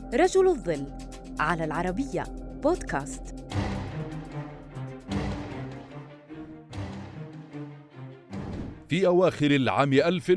رجل الظل على العربية بودكاست. في أواخر العام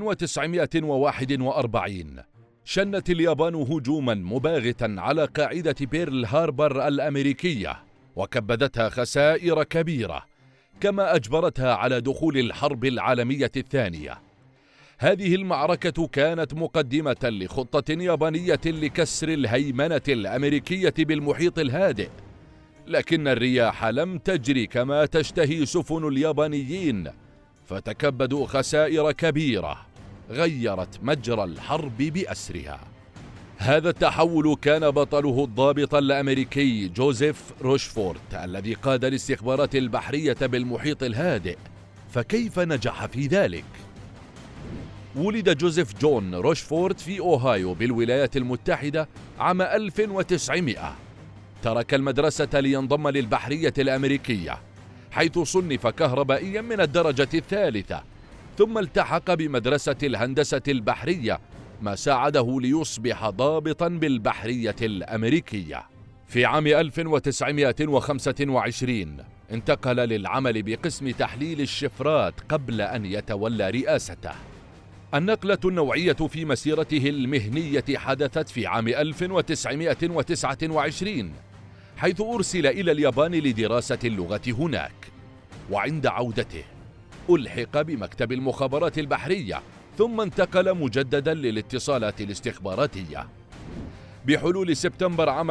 1941 شنت اليابان هجوماً مباغتاً على قاعدة بيرل هاربر الأمريكية، وكبدتها خسائر كبيرة، كما أجبرتها على دخول الحرب العالمية الثانية. هذه المعركة كانت مقدمة لخطة يابانية لكسر الهيمنة الأمريكية بالمحيط الهادئ، لكن الرياح لم تجري كما تشتهي سفن اليابانيين، فتكبدوا خسائر كبيرة غيرت مجرى الحرب بأسرها. هذا التحول كان بطله الضابط الأمريكي جوزيف روشفورت الذي قاد الاستخبارات البحرية بالمحيط الهادئ. فكيف نجح في ذلك؟ ولد جوزيف جون روشفورت في أوهايو بالولايات المتحدة عام 1900. ترك المدرسة لينضم للبحرية الأمريكية، حيث صنف كهربائيا من الدرجة الثالثة، ثم التحق بمدرسة الهندسة البحرية، ما ساعده ليصبح ضابطا بالبحرية الأمريكية. في عام 1925 انتقل للعمل بقسم تحليل الشفرات قبل أن يتولى رئاسته. النقلة النوعية في مسيرته المهنية حدثت في عام 1929، حيث أرسل إلى اليابان لدراسة اللغة هناك، وعند عودته ألحق بمكتب المخابرات البحرية، ثم انتقل مجددا للاتصالات الاستخباراتية. بحلول سبتمبر عام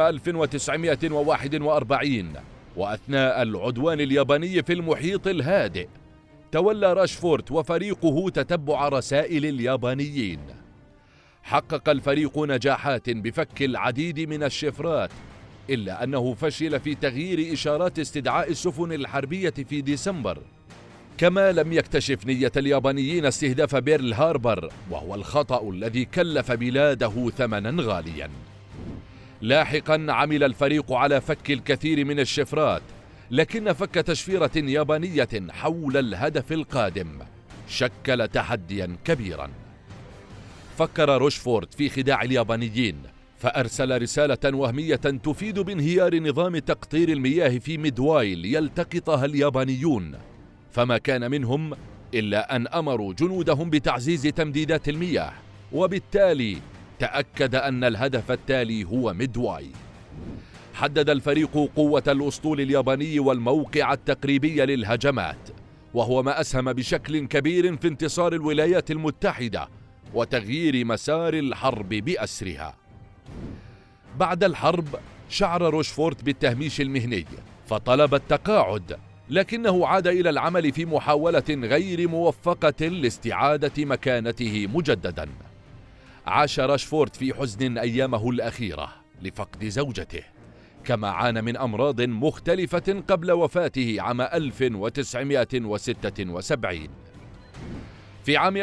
1941 وأثناء العدوان الياباني في المحيط الهادئ، تولى راشفورت وفريقه تتبع رسائل اليابانيين. حقق الفريق نجاحات بفك العديد من الشفرات، إلا أنه فشل في تغيير إشارات استدعاء السفن الحربية في ديسمبر. كما لم يكتشف نية اليابانيين استهداف بيرل هاربر، وهو الخطأ الذي كلف بلاده ثمنا غاليا. لاحقا عمل الفريق على فك الكثير من الشفرات، لكن فك تشفيرة يابانية حول الهدف القادم شكل تحديا كبيرا. فكر روشفورت في خداع اليابانيين، فأرسل رسالة وهمية تفيد بانهيار نظام تقطير المياه في ميدواي ليلتقطها اليابانيون، فما كان منهم إلا أن أمروا جنودهم بتعزيز تمديدات المياه، وبالتالي تأكد أن الهدف التالي هو ميدواي. حدد الفريق قوة الأسطول الياباني والموقع التقريبي للهجمات، وهو ما أسهم بشكل كبير في انتصار الولايات المتحدة وتغيير مسار الحرب بأسرها. بعد الحرب شعر روشفورت بالتهميش المهني، فطلب التقاعد، لكنه عاد إلى العمل في محاولة غير موفقة لاستعادة مكانته مجددا. عاش راشفورت في حزن أيامه الأخيرة لفقد زوجته، كما عانى من أمراض مختلفة قبل وفاته عام 1976. في عام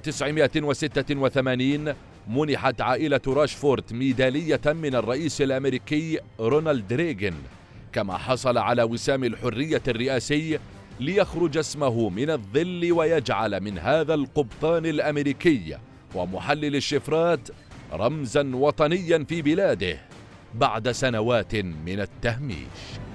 1986 منحت عائلة راشفورت ميدالية من الرئيس الأمريكي رونالد ريغان، كما حصل على وسام الحرية الرئاسي ليخرج اسمه من الظل ويجعل من هذا القبطان الأمريكي ومحلل الشفرات رمزا وطنيا في بلاده بعد سنوات من التهميش.